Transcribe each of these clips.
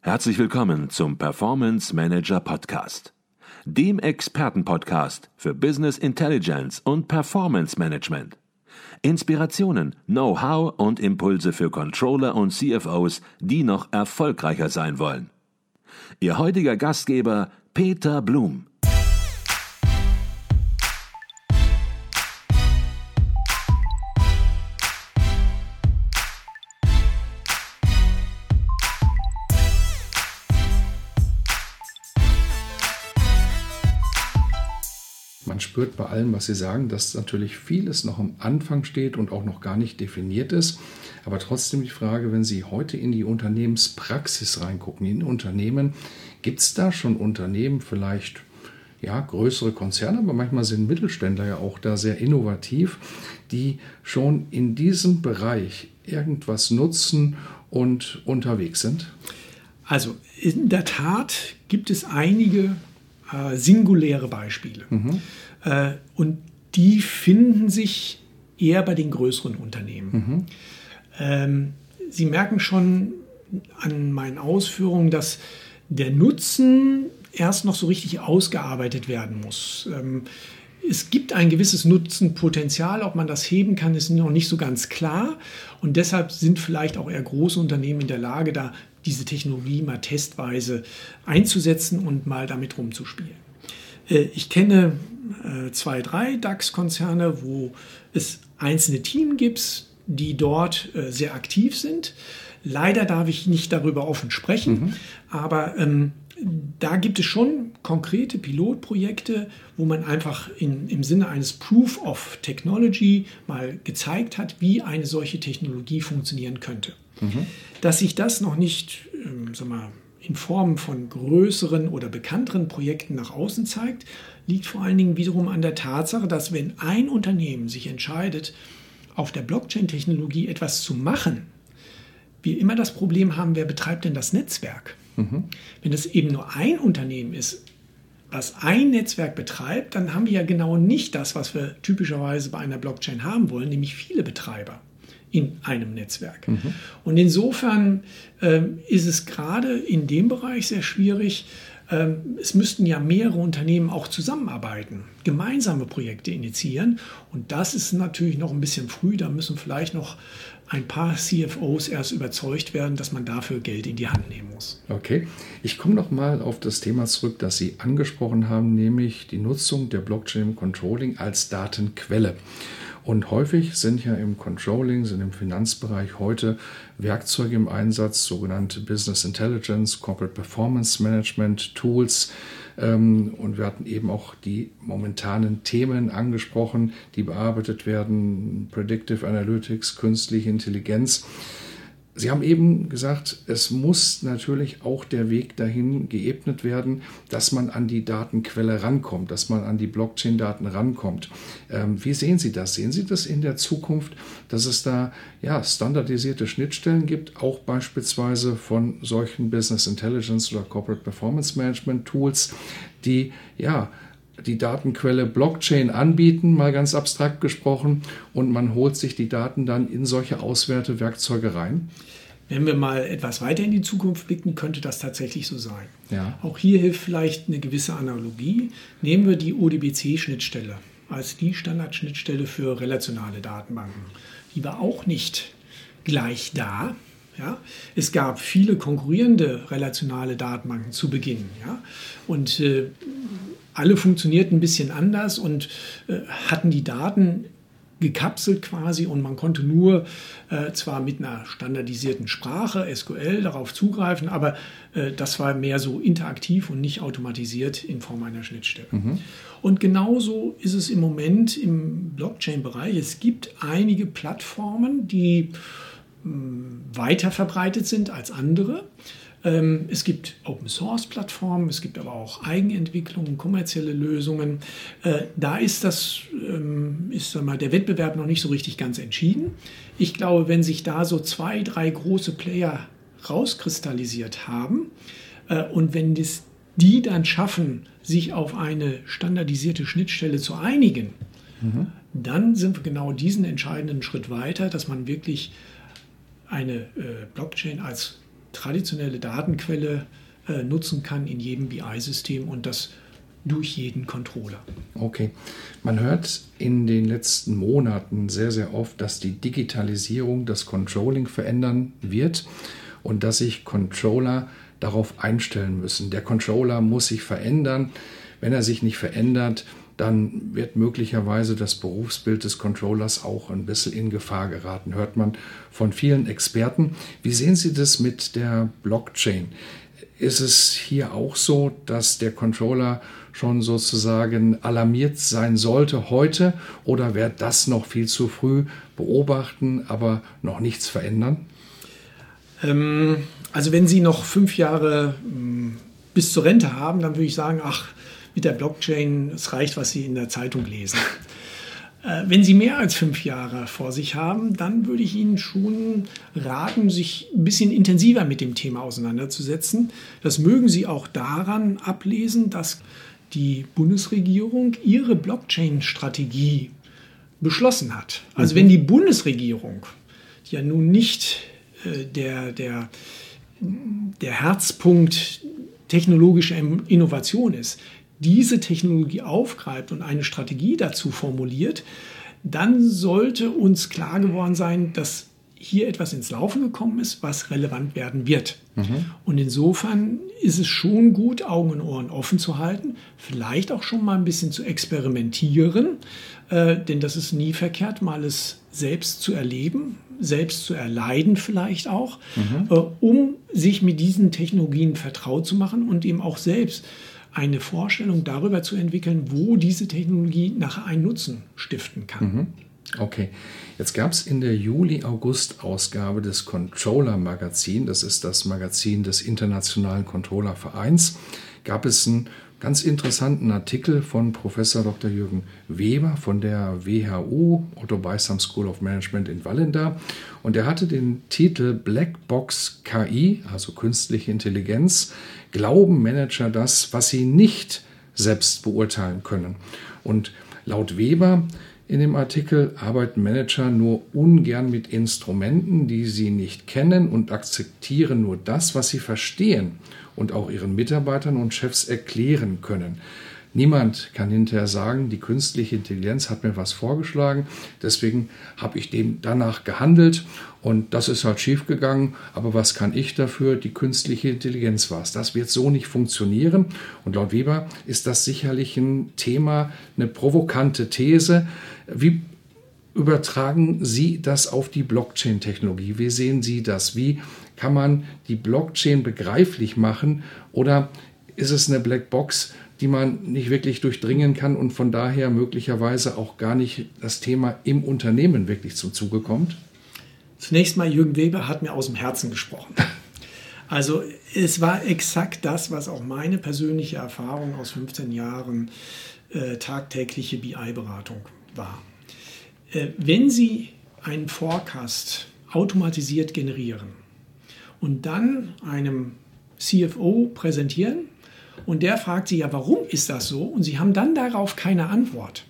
Herzlich willkommen zum Performance Manager Podcast, dem Expertenpodcast für Business Intelligence und Performance Management. Inspirationen, Know-how und Impulse für Controller und CFOs, die noch erfolgreicher sein wollen. Ihr heutiger Gastgeber Peter Blum. Man spürt bei allem, was Sie sagen, dass natürlich vieles noch am Anfang steht und auch noch gar nicht definiert ist. Aber trotzdem die Frage, wenn Sie heute in die Unternehmenspraxis reingucken, in Unternehmen, gibt es da schon Unternehmen, vielleicht größere Konzerne, aber manchmal sind Mittelständler ja auch da sehr innovativ, die schon in diesem Bereich irgendwas nutzen und unterwegs sind? Also in der Tat gibt es einige singuläre Beispiele. Und die finden sich eher bei den größeren Unternehmen. Sie merken schon an meinen Ausführungen, dass der Nutzen erst noch so richtig ausgearbeitet werden muss. Es gibt ein gewisses Nutzenpotenzial, ob man das heben kann, ist noch nicht so ganz klar. Und deshalb sind vielleicht auch eher große Unternehmen in der Lage, da diese Technologie mal testweise einzusetzen und mal damit rumzuspielen. Ich kenne 2, 3 DAX-Konzerne, wo es einzelne Teams gibt, die dort sehr aktiv sind. Leider darf ich nicht darüber offen sprechen, aber da gibt es schon konkrete Pilotprojekte, wo man einfach im Sinne eines Proof of Technology mal gezeigt hat, wie eine solche Technologie funktionieren könnte. Dass sich das noch nicht in Form von größeren oder bekannteren Projekten nach außen zeigt, liegt vor allen Dingen wiederum an der Tatsache, dass wenn ein Unternehmen sich entscheidet, auf der Blockchain-Technologie etwas zu machen, wir immer das Problem haben, wer betreibt denn das Netzwerk? Wenn es eben nur ein Unternehmen ist, was ein Netzwerk betreibt, dann haben wir ja genau nicht das, was wir typischerweise bei einer Blockchain haben wollen, nämlich viele Betreiber in einem Netzwerk. Und insofern ist es gerade in dem Bereich sehr schwierig. Es müssten ja mehrere Unternehmen auch zusammenarbeiten, gemeinsame Projekte initiieren. Und das ist natürlich noch ein bisschen früh. Da müssen vielleicht noch ein paar CFOs erst überzeugt werden, dass man dafür Geld in die Hand nehmen muss. Okay, ich komme noch mal auf das Thema zurück, das Sie angesprochen haben, nämlich die Nutzung der Blockchain im Controlling als Datenquelle. Und häufig sind ja im Controlling, sind im Finanzbereich heute Werkzeuge im Einsatz, sogenannte Business Intelligence, Corporate Performance Management Tools. Und wir hatten eben auch die momentanen Themen angesprochen, die bearbeitet werden, Predictive Analytics, künstliche Intelligenz. Sie haben eben gesagt, es muss natürlich auch der Weg dahin geebnet werden, dass man an die Datenquelle rankommt, dass man an die Blockchain-Daten rankommt. Wie sehen Sie das? Sehen Sie das in der Zukunft, dass es da standardisierte Schnittstellen gibt, auch beispielsweise von solchen Business Intelligence oder Corporate Performance Management Tools, die die Datenquelle Blockchain anbieten, mal ganz abstrakt gesprochen, und man holt sich die Daten dann in solche Auswertewerkzeuge rein? Wenn wir mal etwas weiter in die Zukunft blicken, könnte das tatsächlich so sein. Ja. Auch hier hilft vielleicht eine gewisse Analogie. Nehmen wir die ODBC-Schnittstelle als die Standardschnittstelle für relationale Datenbanken. Die war auch nicht gleich da. Ja, es gab viele konkurrierende relationale Datenbanken zu Beginn. Ja, und alle funktionierten ein bisschen anders und hatten die Daten gekapselt quasi, und man konnte nur zwar mit einer standardisierten Sprache, SQL, darauf zugreifen, aber das war mehr so interaktiv und nicht automatisiert in Form einer Schnittstelle. Und genauso ist es im Moment im Blockchain-Bereich. Es gibt einige Plattformen, die weiter verbreitet sind als andere. Es gibt Open-Source-Plattformen, es gibt aber auch Eigenentwicklungen, kommerzielle Lösungen. Da ist der Wettbewerb noch nicht so richtig ganz entschieden. Ich glaube, wenn sich da so 2, 3 große Player rauskristallisiert haben und wenn die dann schaffen, sich auf eine standardisierte Schnittstelle zu einigen, dann sind wir genau diesen entscheidenden Schritt weiter, dass man wirklich eine Blockchain als traditionelle Datenquelle nutzen kann in jedem BI-System und das durch jeden Controller. Okay. Man hört in den letzten Monaten sehr, sehr oft, dass die Digitalisierung das Controlling verändern wird und dass sich Controller darauf einstellen müssen. Der Controller muss sich verändern. Wenn er sich nicht verändert, dann wird möglicherweise das Berufsbild des Controllers auch ein bisschen in Gefahr geraten. Hört man von vielen Experten. Wie sehen Sie das mit der Blockchain? Ist es hier auch so, dass der Controller schon sozusagen alarmiert sein sollte heute, oder wäre das noch viel zu früh? Beobachten, aber noch nichts verändern? Also wenn Sie noch 5 Jahre bis zur Rente haben, dann würde ich sagen, mit der Blockchain, es reicht, was Sie in der Zeitung lesen. Wenn Sie mehr als 5 Jahre vor sich haben, dann würde ich Ihnen schon raten, sich ein bisschen intensiver mit dem Thema auseinanderzusetzen. Das mögen Sie auch daran ablesen, dass die Bundesregierung ihre Blockchain-Strategie beschlossen hat. Also wenn die Bundesregierung, die ja nun nicht der Herzpunkt technologischer Innovation ist, diese Technologie aufgreift und eine Strategie dazu formuliert, dann sollte uns klar geworden sein, dass hier etwas ins Laufen gekommen ist, was relevant werden wird. Und insofern ist es schon gut, Augen und Ohren offen zu halten, vielleicht auch schon mal ein bisschen zu experimentieren, denn das ist nie verkehrt, mal es selbst zu erleben, selbst zu erleiden vielleicht auch, um sich mit diesen Technologien vertraut zu machen und eben auch selbst eine Vorstellung darüber zu entwickeln, wo diese Technologie nachher einen Nutzen stiften kann. Okay, jetzt gab es in der Juli-August-Ausgabe des Controller-Magazin, das ist das Magazin des Internationalen Controller-Vereins, gab es einen ganz interessanten Artikel von Professor Dr. Jürgen Weber von der WHU, Otto Beisam School of Management in Wallenda, und er hatte den Titel Black Box KI, also künstliche Intelligenz, glauben Manager das, was sie nicht selbst beurteilen können. Und laut Weber in dem Artikel arbeiten Manager nur ungern mit Instrumenten, die sie nicht kennen, und akzeptieren nur das, was sie verstehen und auch ihren Mitarbeitern und Chefs erklären können. Niemand kann hinterher sagen, die künstliche Intelligenz hat mir was vorgeschlagen, deswegen habe ich dem danach gehandelt und das ist halt schiefgegangen, aber was kann ich dafür? Die künstliche Intelligenz war es. Das wird so nicht funktionieren, und laut Weber ist das sicherlich ein Thema, eine provokante These. Wie übertragen Sie das auf die Blockchain-Technologie? Wie sehen Sie das? Wie kann man die Blockchain begreiflich machen, oder ist es eine Blackbox, die man nicht wirklich durchdringen kann und von daher möglicherweise auch gar nicht das Thema im Unternehmen wirklich zum Zuge kommt? Zunächst mal, Jürgen Weber hat mir aus dem Herzen gesprochen. Also es war exakt das, was auch meine persönliche Erfahrung aus 15 Jahren tagtägliche BI-Beratung war. Wenn Sie einen Forecast automatisiert generieren und dann einem CFO präsentieren, und der fragt Sie, ja, warum ist das so? Und Sie haben dann darauf keine Antwort.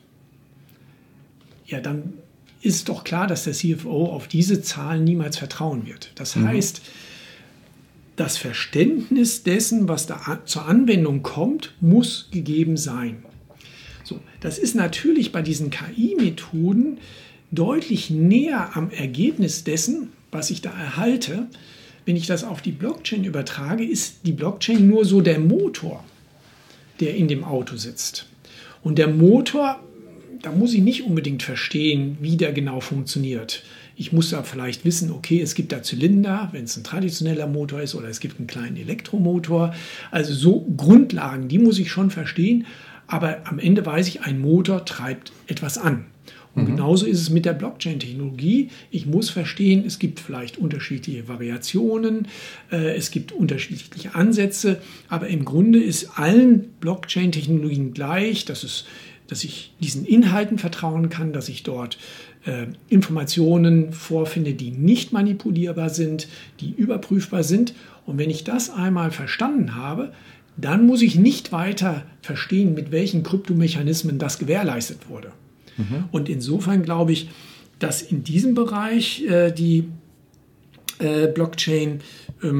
Ja, dann ist doch klar, dass der CFO auf diese Zahlen niemals vertrauen wird. Das heißt, das Verständnis dessen, was da zur Anwendung kommt, muss gegeben sein. So, das ist natürlich bei diesen KI-Methoden deutlich näher am Ergebnis dessen, was ich da erhalte. Wenn ich das auf die Blockchain übertrage, ist die Blockchain nur so der Motor, der in dem Auto sitzt. Und der Motor, da muss ich nicht unbedingt verstehen, wie der genau funktioniert. Ich muss da vielleicht wissen, okay, es gibt da Zylinder, wenn es ein traditioneller Motor ist, oder es gibt einen kleinen Elektromotor. Also so Grundlagen, die muss ich schon verstehen. Aber am Ende weiß ich, ein Motor treibt etwas an. Und genauso ist es mit der Blockchain-Technologie. Ich muss verstehen, es gibt vielleicht unterschiedliche Variationen, es gibt unterschiedliche Ansätze, aber im Grunde ist allen Blockchain-Technologien gleich, dass ich diesen Inhalten vertrauen kann, dass ich dort Informationen vorfinde, die nicht manipulierbar sind, die überprüfbar sind. Und wenn ich das einmal verstanden habe, dann muss ich nicht weiter verstehen, mit welchen Kryptomechanismen das gewährleistet wurde. Und insofern glaube ich, dass in diesem Bereich die Blockchain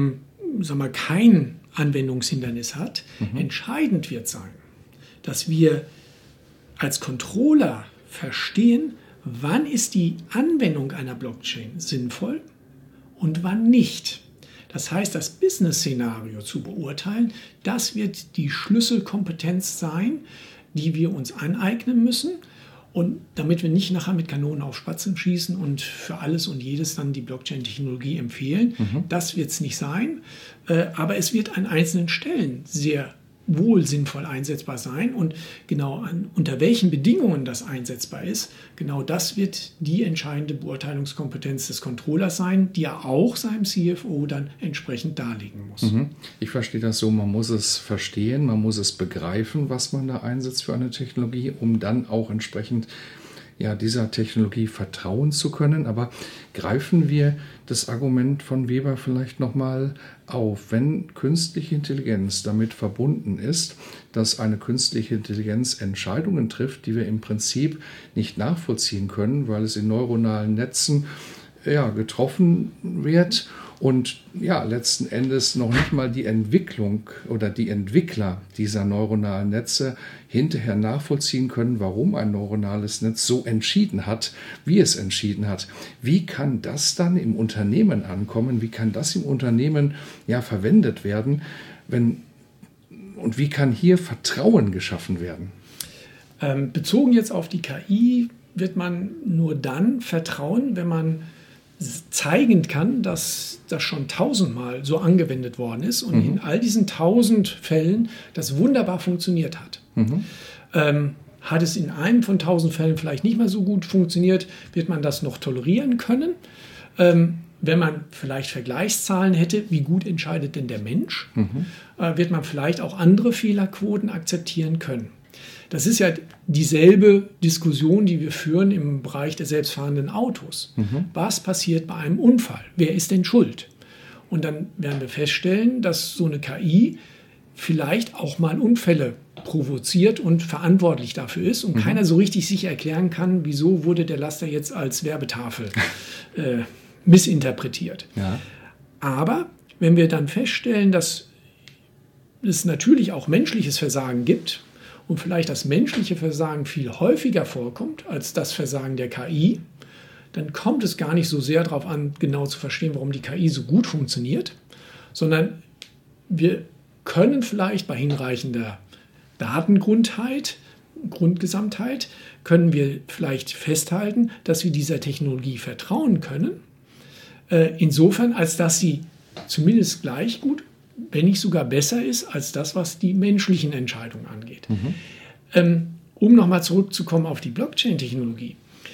kein Anwendungshindernis hat. Entscheidend wird sein, dass wir als Controller verstehen, wann ist die Anwendung einer Blockchain sinnvoll und wann nicht. Das heißt, das Business-Szenario zu beurteilen, das wird die Schlüsselkompetenz sein, die wir uns aneignen müssen. Und damit wir nicht nachher mit Kanonen auf Spatzen schießen und für alles und jedes dann die Blockchain-Technologie empfehlen, das wird es nicht sein. Aber es wird an einzelnen Stellen sehr wohl sinnvoll einsetzbar sein. Und genau unter welchen Bedingungen das einsetzbar ist, genau das wird die entscheidende Beurteilungskompetenz des Controllers sein, die er auch seinem CFO dann entsprechend darlegen muss. Ich verstehe das so, man muss es verstehen, man muss es begreifen, was man da einsetzt für eine Technologie, um dann auch entsprechend dieser Technologie vertrauen zu können. Aber greifen wir das Argument von Weber vielleicht nochmal auf. Wenn künstliche Intelligenz damit verbunden ist, dass eine künstliche Intelligenz Entscheidungen trifft, die wir im Prinzip nicht nachvollziehen können, weil es in neuronalen Netzen getroffen wird und letzten Endes noch nicht mal die Entwicklung oder die Entwickler dieser neuronalen Netze hinterher nachvollziehen können, warum ein neuronales Netz so entschieden hat, wie es entschieden hat. Wie kann das dann im Unternehmen ankommen? Wie kann das im Unternehmen verwendet werden? Und wie kann hier Vertrauen geschaffen werden? Bezogen jetzt auf die KI wird man nur dann vertrauen, wenn man zeigen kann, dass das schon 1000-mal so angewendet worden ist und in all diesen 1000 Fällen das wunderbar funktioniert hat. Hat es in einem von 1000 Fällen vielleicht nicht mehr so gut funktioniert, wird man das noch tolerieren können. Wenn man vielleicht Vergleichszahlen hätte, wie gut entscheidet denn der Mensch, wird man vielleicht auch andere Fehlerquoten akzeptieren können. Das ist ja dieselbe Diskussion, die wir führen im Bereich der selbstfahrenden Autos. Was passiert bei einem Unfall? Wer ist denn schuld? Und dann werden wir feststellen, dass so eine KI vielleicht auch mal Unfälle provoziert und verantwortlich dafür ist und keiner so richtig sich erklären kann, wieso wurde der Laster jetzt als Werbetafel missinterpretiert. Ja. Aber wenn wir dann feststellen, dass es natürlich auch menschliches Versagen gibt, und vielleicht das menschliche Versagen viel häufiger vorkommt als das Versagen der KI, dann kommt es gar nicht so sehr darauf an, genau zu verstehen, warum die KI so gut funktioniert, sondern wir können vielleicht bei hinreichender Grundgesamtheit, können wir vielleicht festhalten, dass wir dieser Technologie vertrauen können, insofern, als dass sie zumindest gleich gut, wenn nicht sogar besser ist als das, was die menschlichen Entscheidungen angeht. Um nochmal zurückzukommen auf die Blockchain-Technologie.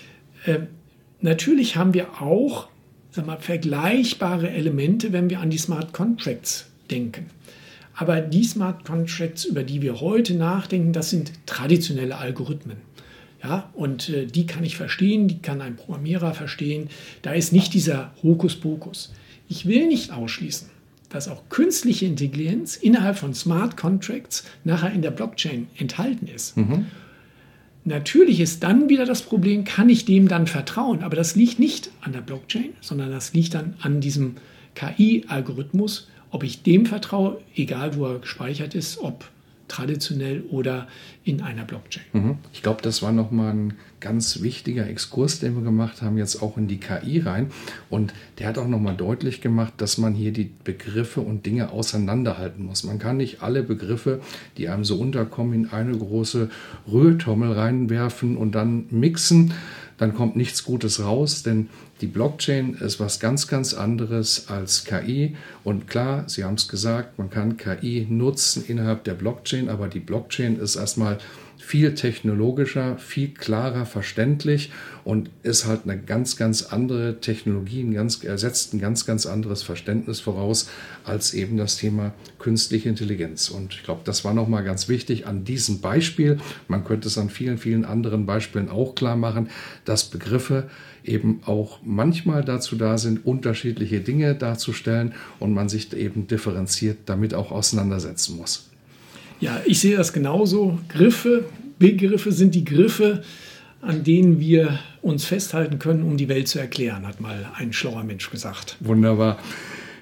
Natürlich haben wir auch vergleichbare Elemente, wenn wir an die Smart Contracts denken. Aber die Smart Contracts, über die wir heute nachdenken, das sind traditionelle Algorithmen. Ja, und die kann ich verstehen, die kann ein Programmierer verstehen. Da ist nicht dieser Hokuspokus. Ich will nicht ausschließen, dass auch künstliche Intelligenz innerhalb von Smart Contracts nachher in der Blockchain enthalten ist. Natürlich ist dann wieder das Problem, kann ich dem dann vertrauen? Aber das liegt nicht an der Blockchain, sondern das liegt dann an diesem KI-Algorithmus, ob ich dem vertraue, egal wo er gespeichert ist, ob traditionell oder in einer Blockchain. Ich glaube, das war nochmal ein ganz wichtiger Exkurs, den wir gemacht haben, jetzt auch in die KI rein. Und der hat auch nochmal deutlich gemacht, dass man hier die Begriffe und Dinge auseinanderhalten muss. Man kann nicht alle Begriffe, die einem so unterkommen, in eine große Rührtrommel reinwerfen und dann mixen. Dann kommt nichts Gutes raus, denn die Blockchain ist was ganz, ganz anderes als KI. Und klar, Sie haben es gesagt, man kann KI nutzen innerhalb der Blockchain, aber die Blockchain ist erstmal viel technologischer, viel klarer verständlich und ist halt eine ganz, ganz andere Technologie, setzt ein ganz, ganz anderes Verständnis voraus als eben das Thema künstliche Intelligenz. Und ich glaube, das war nochmal ganz wichtig an diesem Beispiel. Man könnte es an vielen, vielen anderen Beispielen auch klar machen, dass Begriffe eben auch manchmal dazu da sind, unterschiedliche Dinge darzustellen und man sich eben differenziert damit auch auseinandersetzen muss. Ja, ich sehe das genauso. Begriffe sind die Griffe, an denen wir uns festhalten können, um die Welt zu erklären, hat mal ein schlauer Mensch gesagt. Wunderbar.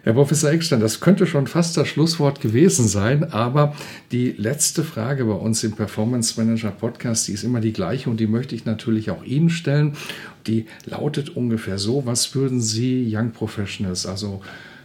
Herr Professor Eckstein, das könnte schon fast das Schlusswort gewesen sein, aber die letzte Frage bei uns im Performance Manager Podcast, die ist immer die gleiche und die möchte ich natürlich auch Ihnen stellen. Die lautet ungefähr so: Was würden Sie Young Professionals, also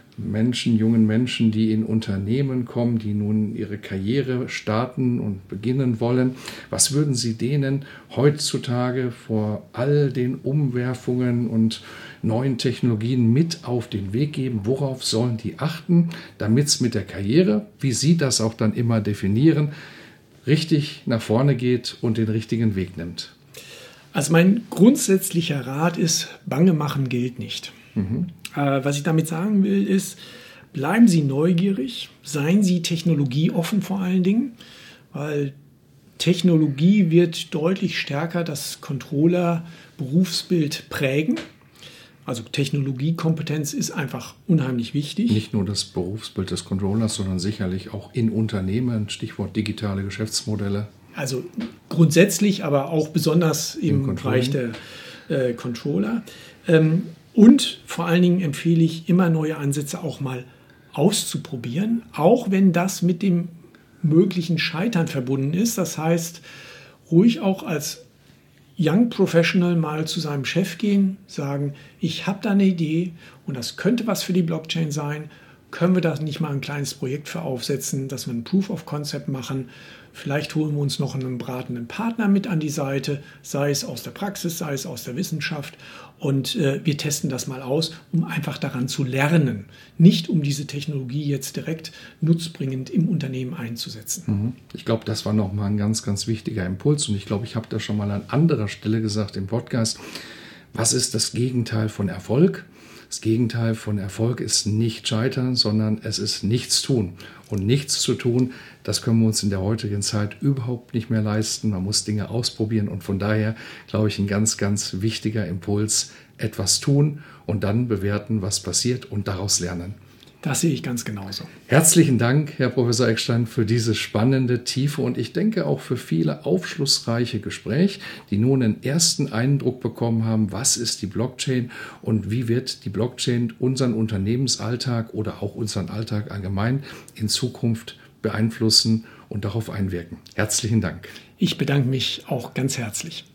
jungen Menschen, die in Unternehmen kommen, die nun ihre Karriere starten und beginnen wollen, was würden Sie denen heutzutage vor all den Umwerfungen und neuen Technologien mit auf den Weg geben? Worauf sollen die achten, damit es mit der Karriere, wie Sie das auch dann immer definieren, richtig nach vorne geht und den richtigen Weg nimmt? Also mein grundsätzlicher Rat ist, Bange machen gilt nicht. Was ich damit sagen will, ist, bleiben Sie neugierig, seien Sie technologieoffen vor allen Dingen, weil Technologie wird deutlich stärker das Controller-Berufsbild prägen. Also Technologiekompetenz ist einfach unheimlich wichtig. Nicht nur das Berufsbild des Controllers, sondern sicherlich auch in Unternehmen, Stichwort digitale Geschäftsmodelle. Also grundsätzlich, aber auch besonders im Bereich der Controller. Und vor allen Dingen empfehle ich, immer neue Ansätze auch mal auszuprobieren, auch wenn das mit dem möglichen Scheitern verbunden ist. Das heißt, ruhig auch als Young Professional mal zu seinem Chef gehen, sagen, ich habe da eine Idee und das könnte was für die Blockchain sein. Können wir da nicht mal ein kleines Projekt für aufsetzen, dass wir ein Proof of Concept machen? Vielleicht holen wir uns noch einen beratenden Partner mit an die Seite, sei es aus der Praxis, sei es aus der Wissenschaft. Und wir testen das mal aus, um einfach daran zu lernen. Nicht um diese Technologie jetzt direkt nutzbringend im Unternehmen einzusetzen. Ich glaube, das war nochmal ein ganz, ganz wichtiger Impuls. Und ich glaube, ich habe das schon mal an anderer Stelle gesagt im Podcast. Was ist das Gegenteil von Erfolg? Das Gegenteil von Erfolg ist nicht scheitern, sondern es ist nichts tun. Und nichts zu tun, das können wir uns in der heutigen Zeit überhaupt nicht mehr leisten. Man muss Dinge ausprobieren und von daher, glaube ich, ein ganz, ganz wichtiger Impuls, etwas tun und dann bewerten, was passiert und daraus lernen. Das sehe ich ganz genauso. Herzlichen Dank, Herr Professor Eckstein, für dieses spannende, tiefe und ich denke auch für viele aufschlussreiche Gespräch, die nun einen ersten Eindruck bekommen haben, was ist die Blockchain und wie wird die Blockchain unseren Unternehmensalltag oder auch unseren Alltag allgemein in Zukunft beeinflussen und darauf einwirken. Herzlichen Dank. Ich bedanke mich auch ganz herzlich.